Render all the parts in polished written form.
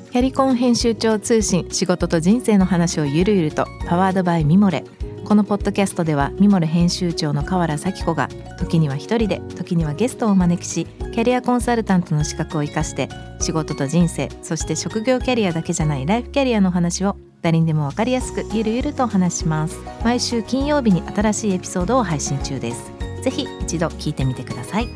キャリコン編集長通信、仕事と人生の話をゆるゆると、パワードバイミモレ。このポッドキャストではミモレ編集長の河原咲子が時には一人で、時にはゲストをお招きし、キャリアコンサルタントの資格を生かして仕事と人生、そして職業キャリアだけじゃないライフキャリアの話を誰にでも分かりやすくゆるゆるとお話します。毎週金曜日に新しいエピソードを配信中です。ぜひ一度聞いてみてください。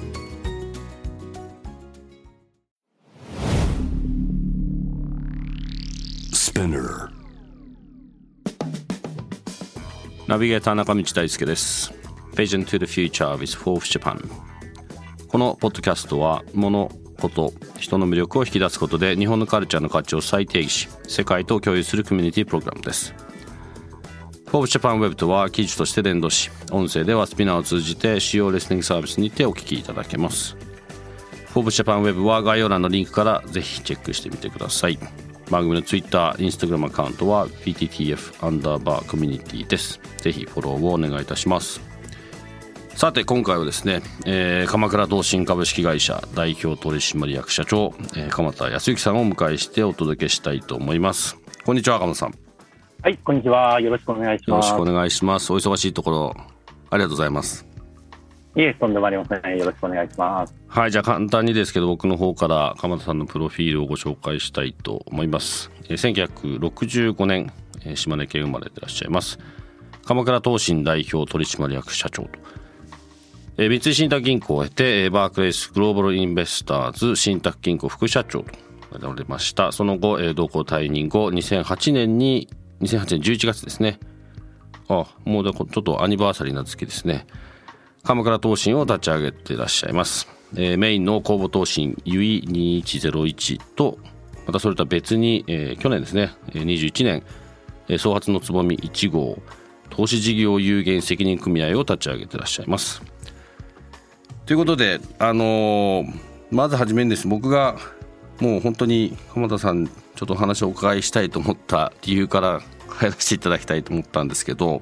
ナビゲーター中道大輔です。 Vision to the Future with Forbes Japan。 このポッドキャストは物、こと、人の魅力を引き出すことで日本のカルチャーの価値を再定義し、世界と共有するコミュニティプログラムです。 Forbes Japan Web とは記事として連動し、音声ではスピナーを通じて主要リスニングサービスにてお聞きいただけます。 Forbes Japan Web は概要欄のリンクからぜひチェックしてみてください。番組の Twitter、Instagram アカウントは PTTF_community です。ぜひフォローをお願いいたします。さて今回はですね、鎌倉東進株式会社代表取締役社長、鎌田康之さんをお迎えしてお届けしたいと思います。こんにちは、鎌田さん。 はい、こんにちは。よろしくお願いします。 よろしくお願いします。お忙しいところありがとうございます。 いえ、とんでもありません。よろしくお願いします。 はい、じゃあ簡単にですけど僕の方から鎌田さんのプロフィールをご紹介したいと思います。1965年島根県生まれていらっしゃいます。鎌倉東進代表取締役社長と、三井信託銀行を経てバークレイスグローバルインベスターズ信託銀行副社長となられました。その後同行退任後2008年11月ですね。もうちょっとアニバーサリーな月ですね。鎌倉東進を立ち上げていらっしゃいます。メインの公募東進ゆい2101と、またそれとは別に、去年ですね21年、創発のつぼみ1号投資事業有限責任組合を立ち上げていらっしゃいます。ということで、まずはじめにです、僕がもう本当に鎌田さんちょっとお話をお伺いしたいと思った理由から入らせていただきたいと思ったんですけど、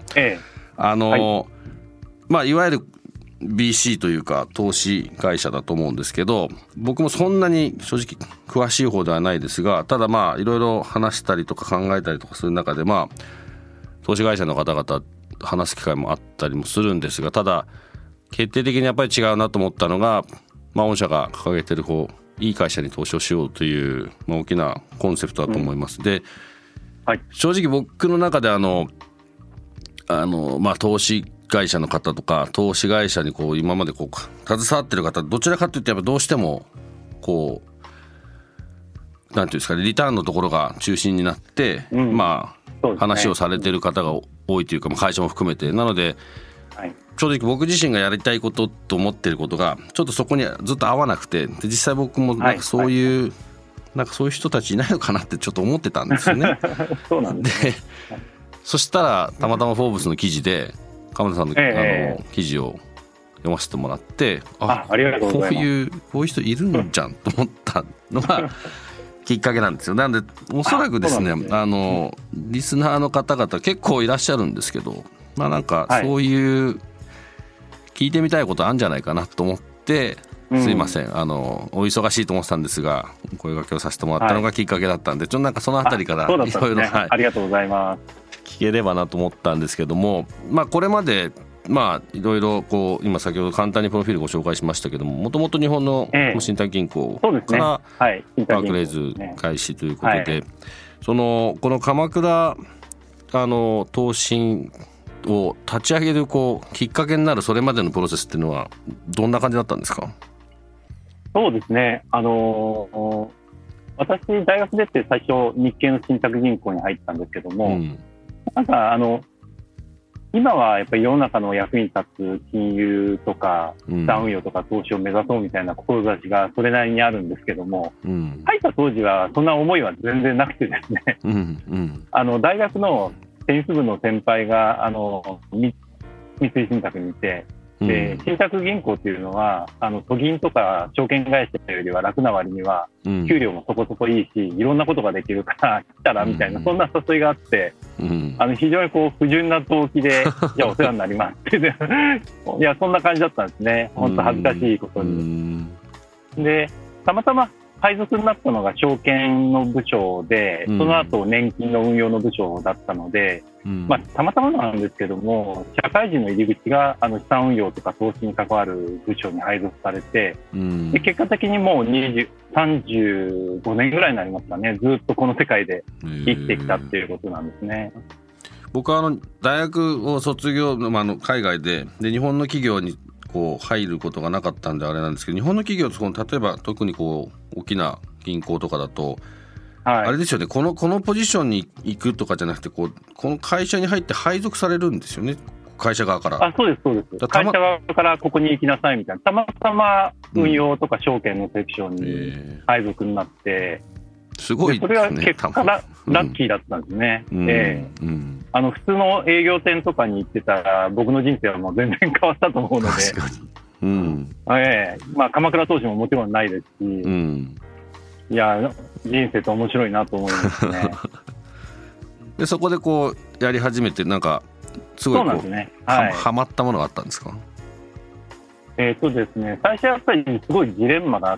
いわゆるBC というか投資会社だと思うんですけど、僕もそんなに正直詳しい方ではないですが、ただいろいろ話したりとか考えたりとかする中で投資会社の方々話す機会もあったりもするんですが、ただ決定的にやっぱり違うなと思ったのが、御社が掲げてるいい会社に投資をしようという、大きなコンセプトだと思います。で、正直僕の中で投資会社の方とか投資会社に今まで携わってる方、どちらかというとやっぱどうしてもなんていうんですかね、リターンのところが中心になって、話をされてる方が多いというか、会社も含めてなので、正直僕自身がやりたいことと思っていることがちょっとそこにずっと合わなくて、で実際僕もそういう人たちいないのかなってちょっと思ってたんですよね。 そうなんですね。 そしたらたまたまフォーブスの記事で鎌田さんの、記事を読ませてもらって、 ありがとうございます。 こういう人いるんじゃんと思ったのがきっかけなんですよ。なのでおそらくですね、リスナーの方々結構いらっしゃるんですけど、なんかそういう聞いてみたいことあるんじゃないかなと思って、すいません、お忙しいと思ってたんですが声掛けをさせてもらったのがきっかけだったんで、ちょっとなんかそのあたりからいろいろありがとうございます。 聞ければなと思ったんですけども、これまでいろいろ今先ほど簡単にプロフィールご紹介しましたけども、もともと日本の信託銀行からバークレイズ開始ということで、この鎌倉東進を立ち上げるきっかけになるそれまでのプロセスっていうのはどんな感じだったんですか？ そうですね、私大学出て最初日系の信託銀行に入ったんですけども、なんか今はやっぱり世の中の役に立つ金融とか資産運用とか投資を目指そうみたいな志がそれなりにあるんですけども、入った当時はそんな思いは全然なくてですね、大学のテニス部の先輩が三井信託にいて、で信託銀行っていうのは都銀とか証券会社よりは楽な割には給料もそこそこいいし、いろんなことができるから来たらみたいな、そんな誘いがあって、非常に不純な動機でじゃあお世話になりますっていやそんな感じだったんですね。本当恥ずかしいことに。でたまたま配属になったのが証券の部署で、その後年金の運用の部署だったので、たまたまなんですけども、社会人の入り口が資産運用とか投資に関わる部署に配属されて、で結果的にもう35年ぐらいになりますかね、ずっとこの世界で生きてきたっていうことなんですね。 僕は大学を卒業、海外で日本の企業にこう入ることがなかったんであれなんですけど、日本の企業と例えば特にこう大きな銀行とかだと、あれですよね、このポジションに行くとかじゃなくて、この会社に入って配属されるんですよね、会社側から。 そうですそうです。会社側からここに行きなさいみたいな、たまたま運用とか証券のセクションに配属になって、 すごいですね。 それは結果ラッキーだったんですね。普通の営業店とかに行ってたら僕の人生はもう全然変わったと思うので、 確かに、 鎌倉投資ももちろんないですし、いや人生って面白いなと思いますね。 でそこでこうやり始めて、なんかすごいこう、 そうなんですね、 はまったものがあったんですか？ ですね、最初はやっぱりすごいジレンマがあって、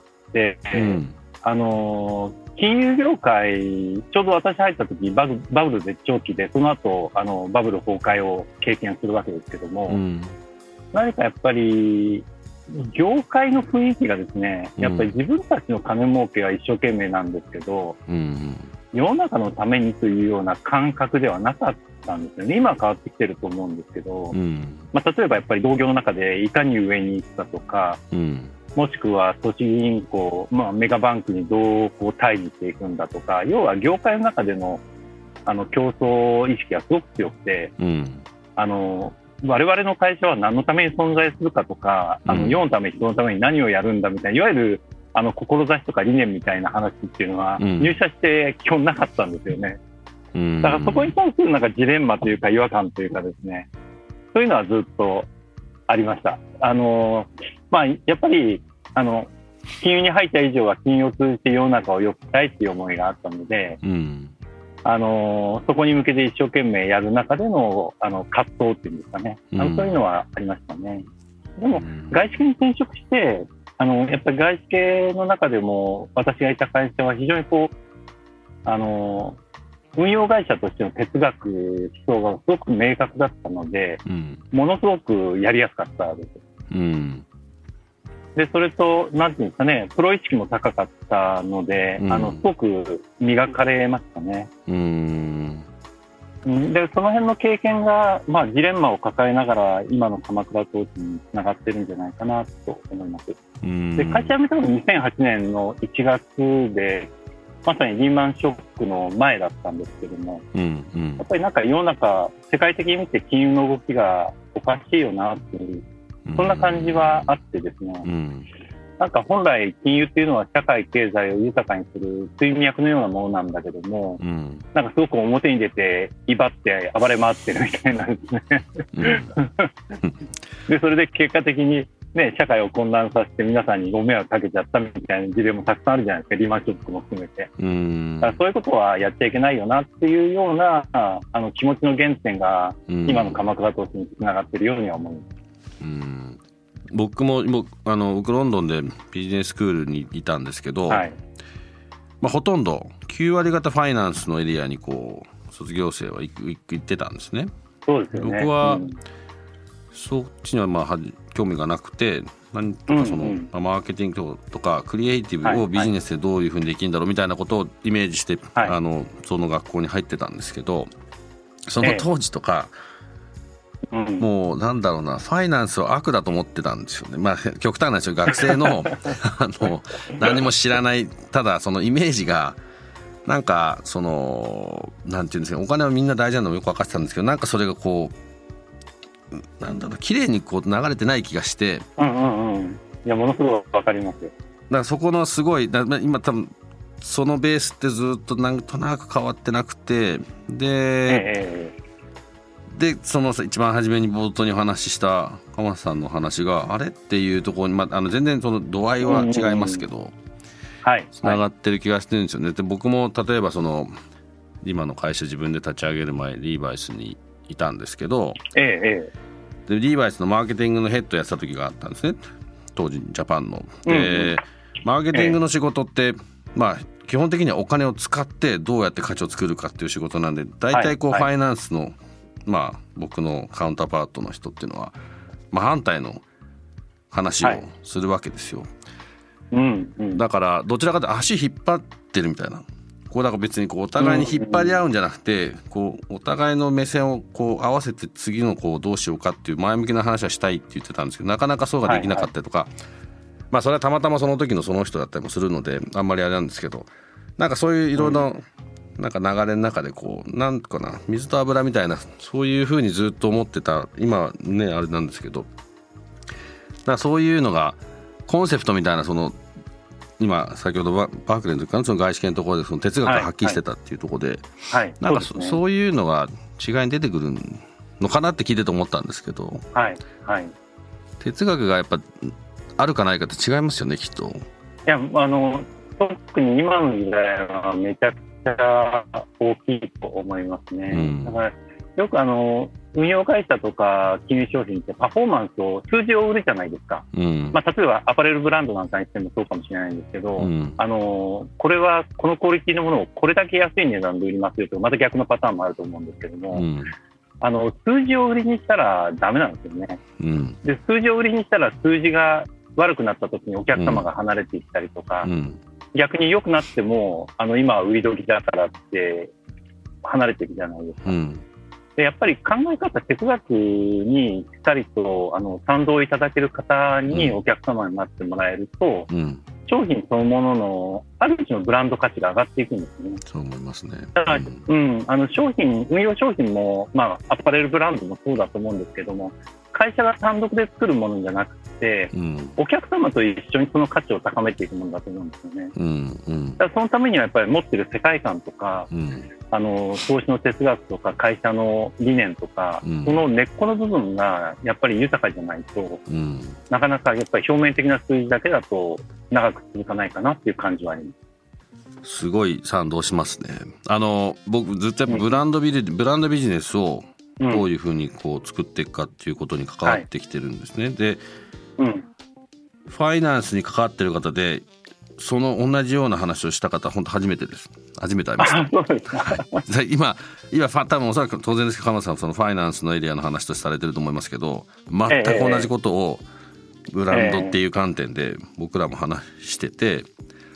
金融業界、ちょうど私入った時バブル絶頂期で、その後バブル崩壊を経験するわけですけども、何かやっぱり業界の雰囲気がですね、やっぱり自分たちの金儲けは一生懸命なんですけど、世の中のためにというような感覚ではなかったんですよね。今は変わってきてると思うんですけど、例えばやっぱり同業の中でいかに上に行くかとか、もしくは都市銀行、メガバンクにどう対峙していくんだとか、要は業界の中での競争意識がすごく強くて、我々の会社は何のために存在するかとか、世のため人のために何をやるんだみたいな、いわゆる志とか理念みたいな話っていうのは入社して基本なかったんですよね。だからそこに対するなんかジレンマというか違和感というかですね、そういうのはずっとありました。やっぱり金融に入った以上は金融を通じて世の中を良くしたいっていう思いがあったので、そこに向けて一生懸命やる中での葛藤っていうんですかね、そういうのはありましたね。でも外資系に転職してやっぱり外資系の中でも私がいた会社は非常に運用会社としての哲学思想がすごく明確だったので、ものすごくやりやすかったです。でそれとなんていうんですかね、プロ意識も高かったので、すごく磨かれましたね。でその辺の経験が、ジレンマを抱えながら今の鎌倉投資につながってるんじゃないかなと思います。で会社辞めたのが2008年の1月で、まさにリーマンショックの前だったんですけども、やっぱりなんか世の中世界的に見て金融の動きがおかしいよなっていう、そんな感じはあってですね、なんか本来金融っていうのは社会経済を豊かにする水脈のようなものなんだけども、なんかすごく表に出て威張って暴れ回ってるみたいなんですね。でそれで結果的に社会を混乱させて皆さんにご迷惑かけちゃったみたいな事例もたくさんあるじゃないですか、リーマンショックも含めて。だからそういうことはやっちゃいけないよなっていうような気持ちの原点が今の鎌倉投資につながっているようには思います。 僕ロンドンでビジネススクールにいたんですけど、ほとんど9割方ファイナンスのエリアに卒業生は行ってたんですね。 そうですよね。 僕は、そっちには興味がなくて、何とかマーケティングとかクリエイティブをビジネスでどういうふうにできるんだろうみたいなことをイメージして、その学校に入ってたんですけど、その当時とか、もうなんだろうな、ファイナンスは悪だと思ってたんですよね。極端なんですよ、学生の何も知らない、ただそのイメージがなんかなんていうんですか、お金はみんな大事なのもよく分かってたんですけど、なんかそれがなんだろう、綺麗に流れてない気がして、 いやものすごく分かりますよ。 だからそこのすごい今多分そのベースってずっとなんとなく変わってなくて、でその一番初めに冒頭にお話しした鎌田さんの話があれっていうところに、全然その度合いは違いますけど、つながってる気がしてるんですよね。で僕も例えば今の会社自分で立ち上げる前リーバイスにいたんですけど、でリーバイスのマーケティングのヘッドやってた時があったんですね、当時ジャパンの。でマーケティングの仕事って基本的にはお金を使ってどうやって価値を作るかっていう仕事なんで、大体ファイナンスの、僕のカウンターパートの人っていうのは、反対の話をするわけですよ。だからどちらかというと足引っ張ってるみたいな、だから別にお互いに引っ張り合うんじゃなくて、お互いの目線を合わせて次のどうしようかっていう前向きな話はしたいって言ってたんですけど、なかなかそうができなかったりとか、それはたまたまその時のその人だったりもするのであんまりあれなんですけど、そういういろいろ流れの中でなんかな、水と油みたいな、そういう風にずっと思ってた今ねあれなんですけど、そういうのがコンセプトみたいな、今先ほどバークレーの時からその外資系のところでその哲学が発揮してたっていうところで、なんかそういうのが違いに出てくるのかなって聞いてて思ったんですけど、哲学がやっぱあるかないかって違いますよね、きっと。 いや、特に今の時代はめちゃくちゃ大きいと思いますね。だからよく運用会社とか金融商品ってパフォーマンスを、数字を売るじゃないですか。例えばアパレルブランドなんかにしてもそうかもしれないんですけど、これはこのクオリティのものをこれだけ安い値段で売りますよと、また逆のパターンもあると思うんですけども、数字を売りにしたらダメなんですよね。で、数字を売りにしたら数字が悪くなった時にお客様が離れていったりとか、逆に良くなっても今は売り時だからって離れていくじゃないですか。でやっぱり考え方、哲学にしっかりと賛同いただける方にお客様になってもらえると、商品そのもののある種のブランド価値が上がっていくんですね。 そう思いますね。 だから、運用商品も、アパレルブランドもそうだと思うんですけども、会社が単独で作るものじゃなくて、お客様と一緒にその価値を高めていくものだと思うんですよね。だからそのためにはやっぱり持っている世界観とか、投資の哲学とか会社の理念とか、その根っこの部分がやっぱり豊かじゃないと、なかなかやっぱり表面的な数字だけだと長く続かないかなっていう感じはあります。 すごい賛同しますね。僕ずっとやっぱブランドビジネスをどういうふうに作っていくかっていうことに関わってきてるんですね。で、ファイナンスに関わってる方でその同じような話をした方本当初めてです。初めて会いました。今多分おそらく当然ですけど、鎌田さんそのファイナンスのエリアの話としてされてると思いますけど、全く同じことをブランドっていう観点で僕らも話してて、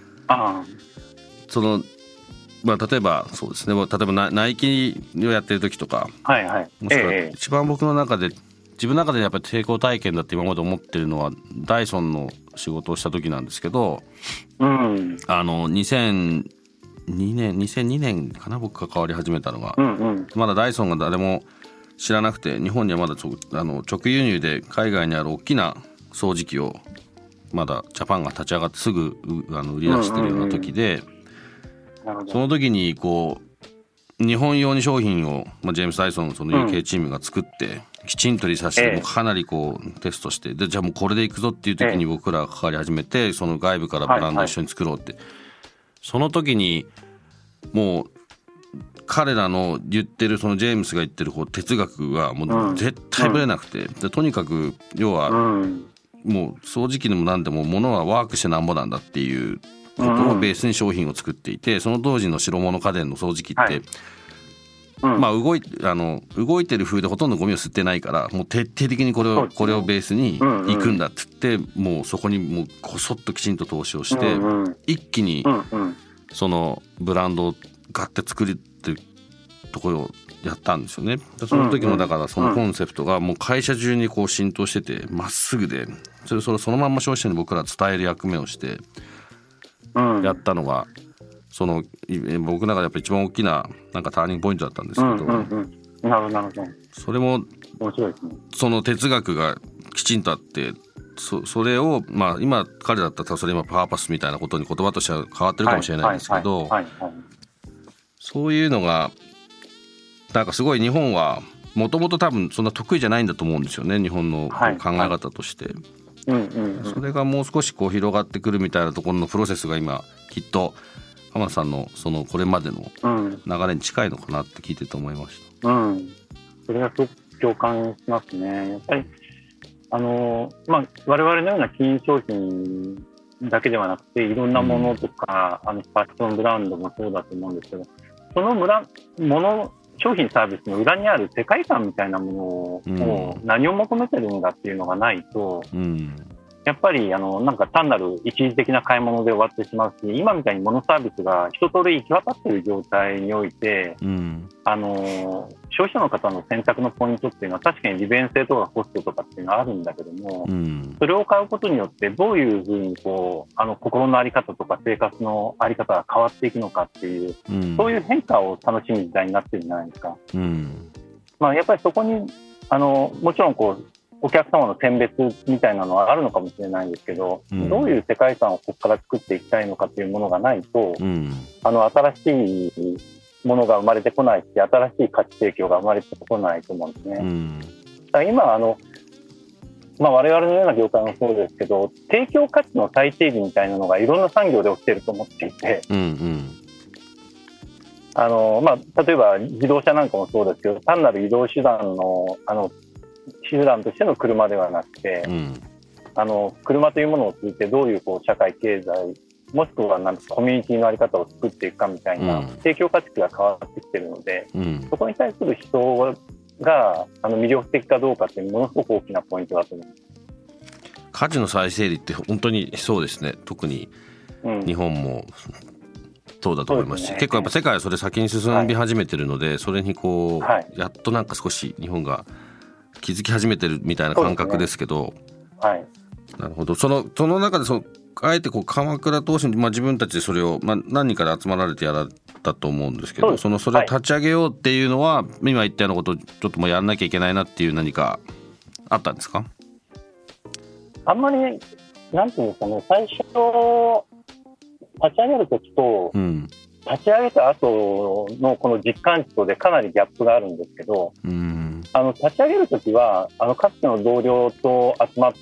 例えばそうですね、例えばナイキをやってる時とか、もしくは一番僕の中で自分の中でやっぱり成功体験だって今まで思ってるのはダイソンの仕事をした時なんですけど、2002年かな、僕が関わり始めたのが、まだダイソンが誰も知らなくて、日本にはまだ直輸入で海外にある大きな掃除機をまだジャパンが立ち上がってすぐ売り出してるような時で、その時に日本用に商品を、ジェームス・ダイソンのその UK チームが作って、きちんとリサーチしてかなりテストして、でじゃあもうこれでいくぞっていう時に僕らが関わり始めて、その外部からブランドを一緒に作ろうって、その時にもう彼らの言ってる、そのジェームスが言ってる哲学はもう絶対ぶれなくて、でとにかく要はもう掃除機でも何でも物はワークしてなんぼなんだっていうことをベースに商品を作っていて、その当時の白物家電の掃除機って、動いてる風でほとんどゴミを吸ってないから、もう徹底的にこれをベースに行くんだって言って、もうそこにもうこそっときちんと投資をして、一気にそのブランドをガッて作るっていうところをやったんですよね。その時もだからそのコンセプトがもう会社中に浸透してて、まっすぐでそれをそのまんま消費者に僕ら伝える役目をしてやったのが、僕の中でやっぱり一番大きなターニングポイントだったんですけど、 なるほど。 それも面白いですね。 その哲学がきちんとあって、それを今彼だったらそれ今パワーパスみたいなことに言葉としては変わってるかもしれないんですけど、そういうのがすごい日本はもともと多分そんな得意じゃないんだと思うんですよね、日本の考え方として。それがもう少し広がってくるみたいなところのプロセスが今きっと浜田さんのこれまでの流れに近いのかなって聞いてて思いました。 それはすごく共感しますね。やっぱり我々のような金融商品だけではなくて、いろんなものとか、ファッションブランドもそうだと思うんですけど、その商品サービスの裏にある世界観みたいなものを何を求めてるんだっていうのがないと、やっぱりなんか単なる一時的な買い物で終わってしまうし、今みたいにモノサービスが一通り行き渡っている状態において、消費者の方の選択のポイントっていうのは確かに利便性とかコストとかっていうのはあるんだけども、それを買うことによってどういうふうに心の在り方とか生活の在り方が変わっていくのかっていう、そういう変化を楽しむ時代になってるんじゃないですか。やっぱりそこにもちろんお客様の選別みたいなのはあるのかもしれないんですけど、どういう世界観をここから作っていきたいのかというものがないと、新しいものが生まれてこないし、新しい価値提供が生まれてこないと思うんですね。だから今我々のような業界もそうですけど、提供価値の再定義みたいなのがいろんな産業で起きていると思っていて、例えば自動車なんかもそうですけど、単なる移動手段の手段としての車ではなくて、車というものを通じてどういう社会経済もしくはコミュニティの在り方を作っていくかみたいな提供価値が変わってきているので、そこに対する人が魅力的かどうかっていうものすごく大きなポイントだと思います。 価値の再整理って本当にそうですね。特に日本もそうだと思いますし、結構やっぱ世界はそれ先に進み始めてるので、それにやっとなんか少し日本が気づき始めてるみたいな感覚ですけど、なるほど。その中であえて鎌倉投信、自分たちでそれを、何人かで集まられてやられたと思うんですけど、それを立ち上げようっていうのは、今言ったようなことをちょっともうやらなきゃいけないなっていう何かあったんですか？ あんまりなんていうんですかね、最初立ち上げるときと、立ち上げた後のこの実感値とでかなりギャップがあるんですけど、立ち上げるときはかつての同僚と集まって、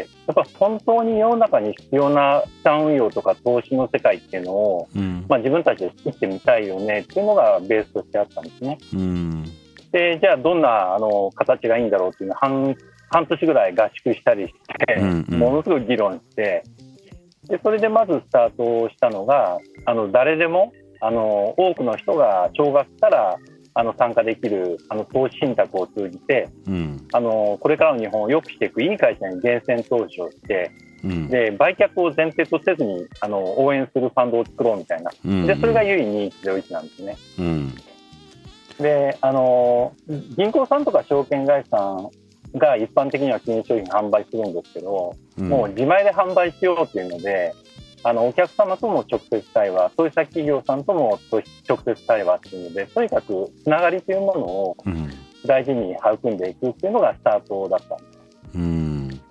やっぱ本当に世の中に必要な資産運用とか投資の世界っていうのを、自分たちで作ってみたいよねっていうのがベースとしてあったんですね。で、じゃあどんな形がいいんだろうっていうのを半年ぐらい合宿したりして、ものすごい議論して、でそれでまずスタートしたのが、誰でも多くの人が少額から参加できる投資信託を通じて、これからの日本を良くしていくいい会社に厳選投資をして、で売却を前提とせずに応援するファンドを作ろうみたいな、でそれが唯一01なんですね。で銀行さんとか証券会社さんが一般的には金融商品販売するんですけど、もう自前で販売しようっていうので、お客様とも直接対話、取引先企業さんとも直接対話っていうので、とにかくつながりというものを大事に育んでいくっていうのがスタートだったんです。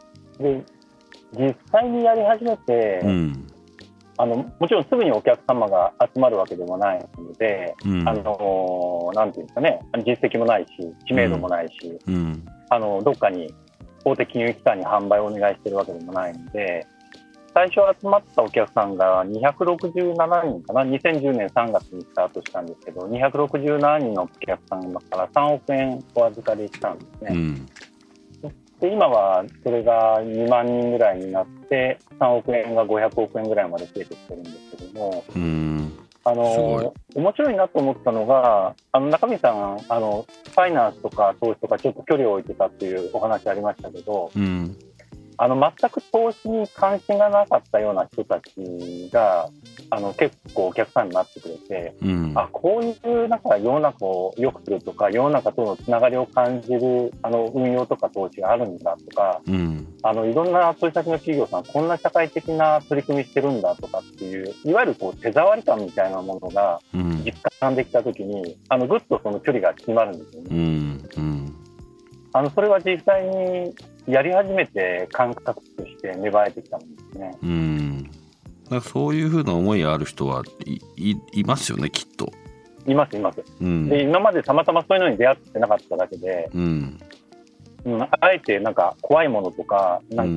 で実際にやり始めて、もちろんすぐにお客様が集まるわけでもないので、なんていうんですかね、実績もないし知名度もないし、どっかに大手金融機関に販売をお願いしてるわけでもないので、最初集まったお客さんが267人かな、2010年3月にスタートしたんですけど、267人のお客さんから3億円お預かりしたんですね。で今はそれが2万人ぐらいになって、3億円が500億円ぐらいまで増えてきてるんですけども、面白いなと思ったのが、中身さんファイナンスとか投資とかちょっと距離を置いてたっていうお話ありましたけど、全く投資に関心がなかったような人たちが結構お客さんになってくれて、こういう世の中を良くするとか、世の中とのつながりを感じる運用とか投資があるんだとか、いろんな取引先の企業さんこんな社会的な取り組みしてるんだとかっていう、いわゆる手触り感みたいなものが実感できたときに、ぐっとその距離が縮まるんですよね。それは実際にやり始めて感覚として芽生えてきたんですね。 だからそういうふうな思いがある人はいますよね、きっと。 います。で今までたまたまそういうのに出会ってなかっただけで、あえて怖いものとか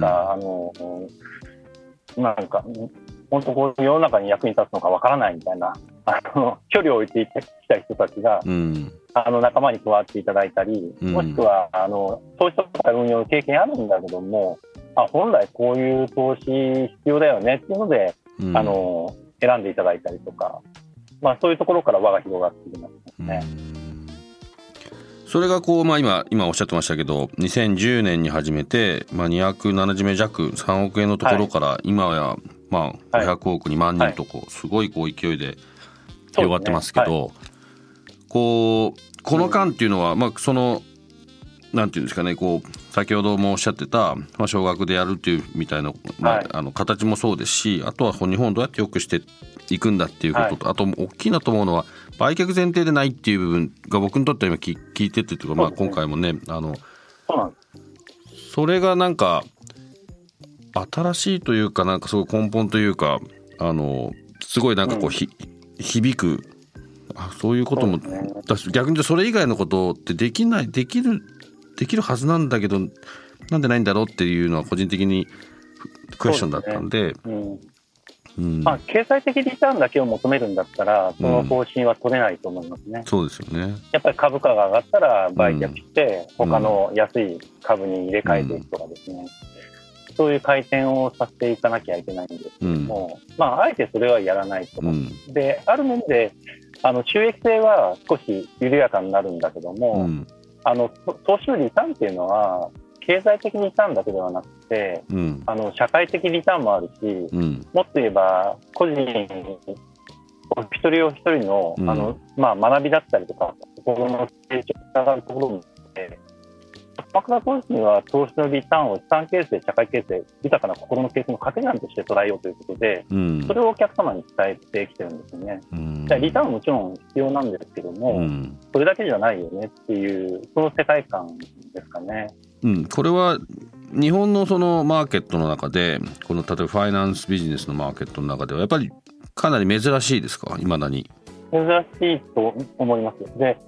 本当こう世の中に役に立つのかわからないみたいな距離を置いてきた人たちが、仲間に加わっていただいたり、もしくは投資とか運用の経験あるんだけども、 本来こういう投資必要だよねっていうので、選んでいただいたりとか、そういうところから輪が広がってきますね。 それがこう、今おっしゃってましたけど、2010年に始めて、270名弱3億円のところから、今は500億2万人とすごい勢いで広がってますけど、この間っていうのは、そのなんていうんですかね、先ほどもおっしゃってた、少額でやるっていうみたいな、形もそうですし、あとは日本をどうやって良くしていくんだっていうことと、あと大きいなと思うのは売却前提でないっていう部分が僕にとっては今聞いててというか、今回もね、それがなんか新しいというか、なんかすごい根本というか、すごいなんか響く、そういうことも、逆にそれ以外のことってできるはずなんだけど、なんでないんだろうっていうのは個人的にクエスチョンだったんで、 経済的リターンだけを求めるんだったら、その方針は取れないと思いますね。 そうですよね。 やっぱり株価が上がったら売却して、他の安い株に入れ替えていくとかですね、そういう回転をさせていかなきゃいけないんですけども、あえてそれはやらないと思う。で、ある面で収益性は少し緩やかになるんだけども、投資のリターンっていうのは経済的リターンだけではなくて、社会的リターンもあるし、もっと言えば個人一人お一人の、学びだったりとか心の成長につながるところもあって、鎌倉投資には投資のリターンを資産形成、社会形成、豊かな心の形成の糧なんとして捉えようということで、それをお客様に伝えてきてるんですよね。リターンももちろん必要なんですけども、それだけじゃないよねっていう、その世界観ですかね。 これは日本のそのマーケットの中で、この例えばファイナンスビジネスのマーケットの中ではやっぱりかなり珍しいですか、未だに。 珍しいと思います。で、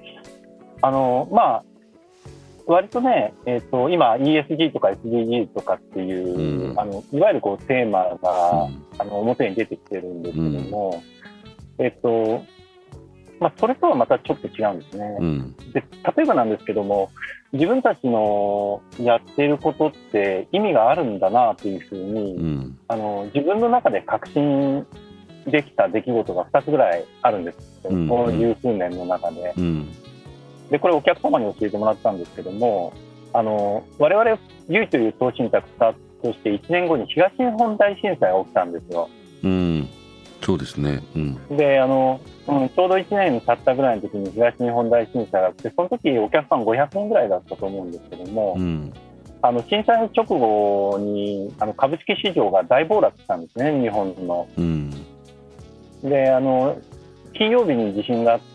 割とね、今 ESG とか SDGs とかっていう、いわゆるテーマが、表に出てきてるんですけども、それとはまたちょっと違うんですね。で、例えばなんですけども、自分たちのやっていることって意味があるんだなというふうに、自分の中で確信できた出来事が2つぐらいあるんですよ、この十数年の中で。で、これお客様に教えてもらったんですけども、我々唯という投資信託スタートして1年後に東日本大震災が起きたんですよ。 そうですね。 で、ちょうど1年経ったぐらいの時に東日本大震災があって、その時お客さん500人ぐらいだったと思うんですけども、震災の直後に株式市場が大暴落したんですね、日本の。で、金曜日に地震があって、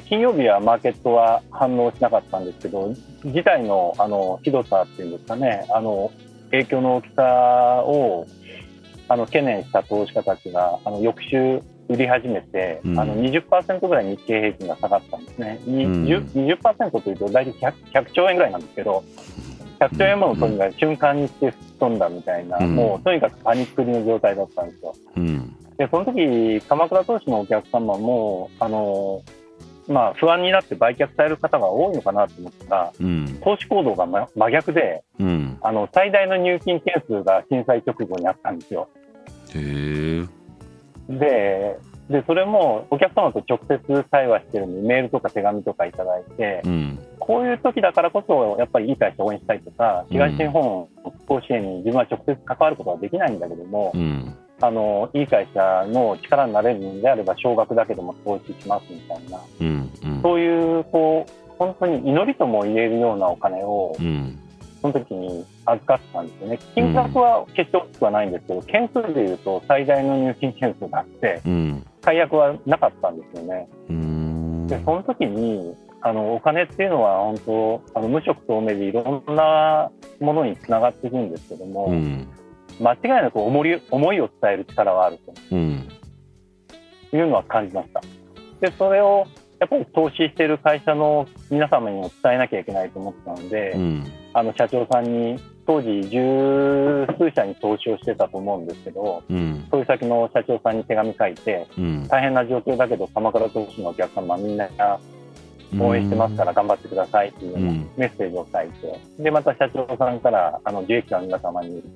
金曜日はマーケットは反応しなかったんですけど、事態のひどさっていうんですかね、影響の大きさを懸念した投資家たちが翌週売り始めて、20% ぐらい日経平均が下がったんですね。20% というと大体 100兆円ぐらいなんですけど、100兆円もの富が瞬間にして吹っ飛んだみたいな、もうとにかくパニックの状態だったんですよ。で、その時鎌倉投資のお客様も不安になって売却される方が多いのかなと思ったら、投資行動が真逆で、最大の入金件数が震災直後にあったんですよ。で、それもお客様と直接対話してるんで、メールとか手紙とかいただいて、こういう時だからこそやっぱりいい会社を応援したいとか、東日本復興支援に自分は直接関わることはできないんだけども、いい会社の力になれるのであれば少額だけども投資しますみたいな、そういう本当に祈りとも言えるようなお金を、その時に預かったんですよね。金額は決して大きくはないんですけど、件数でいうと最大の入金件数があって、解約はなかったんですよね。で、その時にお金っていうのは本当無色透明でいろんなものにつながっていくんですけども、間違いなく思いを伝える力はあるというのは感じました。で、それをやっぱり投資している会社の皆様にも伝えなきゃいけないと思ったので、社長さんに当時十数社に投資をしてたと思うんですけど、そういう先の社長さんに手紙書いて、大変な状況だけど鎌倉投資のお客様みんな応援してますから頑張ってくださいっていうメッセージを書いて、でまた社長さんから受益者の皆様に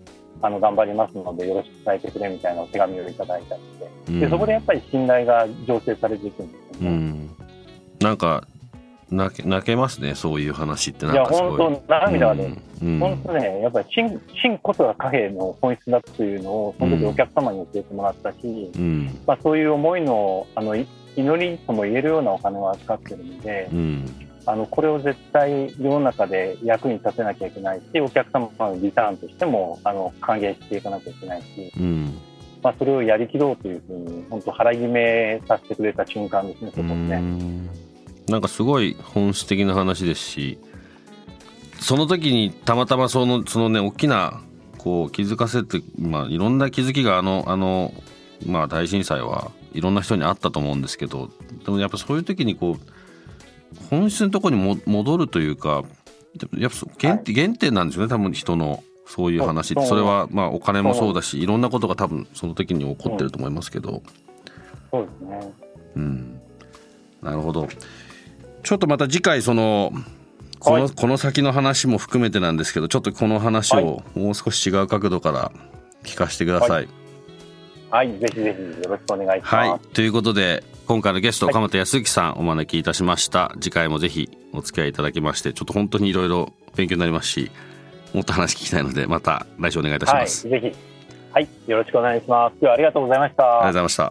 頑張りますのでよろしく伝えてくれみたいなお手紙をいただいたりして、でそこでやっぱり信頼が醸成されていくんですよね。 なんか泣けますね、そういう話って。なんかすごい、 いや本当涙が出る、本当ね、やっぱり真こそが貨幣の本質だというのをその時お客様に教えてもらったし、そういう思いの祈りとも言えるようなお金を扱っているので、これを絶対世の中で役に立てなきゃいけないし、お客様のリターンとしても還元していかなきゃいけないし、それをやりきろうというふうに本当腹決めさせてくれた瞬間ですね、そこね。 なんかすごい本質的な話ですし、その時にたまたまそのね、大きなこう気づかせて、いろんな気づきが大震災はいろんな人にあったと思うんですけど、でもやっぱそういう時にこう本質のところに戻るというか、やっぱ原点なんですよね、多分人のそういう話って。それはお金もそうだし、いろんなことが多分その時に起こってると思いますけど。 そうですね。 なるほど。ちょっとまた次回この先の話も含めてなんですけど、ちょっとこの話をもう少し違う角度から聞かせてください。 はい、ぜひぜひよろしくお願いします。 ということで今回のゲスト鎌田康之さんお招きいたしました。次回もぜひお付き合いいただきまして、ちょっと本当にいろいろ勉強になりますし、もっと話聞きたいのでまた来週お願いいたします。 ぜひ、よろしくお願いします。今日はありがとうございました。 ありがとうございました。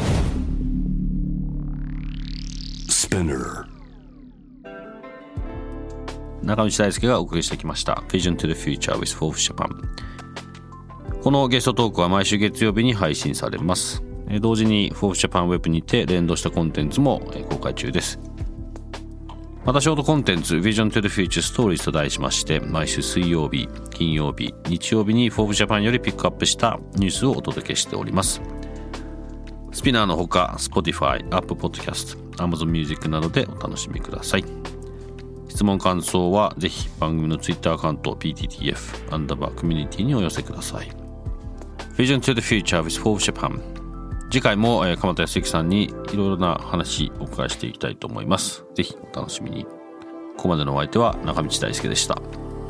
中道大輔がお送りしてきました Vision to the Future with Forbes Japan。 このゲストトークは毎週月曜日に配信されます。同時に Forbes Japan Web にて連動したコンテンツも公開中です。またショートコンテンツ Vision to the Future Stories と題しまして、毎週水曜日、金曜日、日曜日に Forbes Japan よりピックアップしたニュースをお届けしております。スピナーのほか Spotify、Apple Podcast、Amazon Music などでお楽しみください。質問感想はぜひ番組の Twitter アカウント PTTF_community にお寄せください。 Vision to the Future with Forbes Japan。 次回も鎌田康之さんにいろいろな話をお伺いしていきたいと思います。ぜひお楽しみに。ここまでのお相手は中道大輔でした。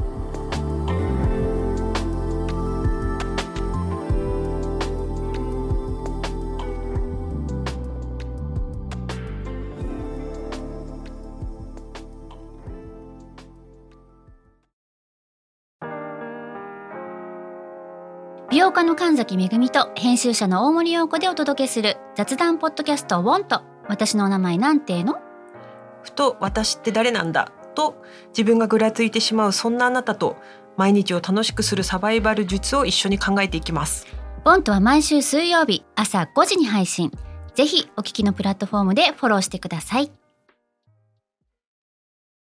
美容家の神崎めぐみと編集者の大森洋子でお届けする雑談ポッドキャストWANT。私のお名前なんての？ ふと私って誰なんだと自分がぐらついてしまう、そんなあなたと毎日を楽しくするサバイバル術を一緒に考えていきます。 WANTは毎週水曜日朝5時に配信。ぜひお聞きのプラットフォームでフォローしてください。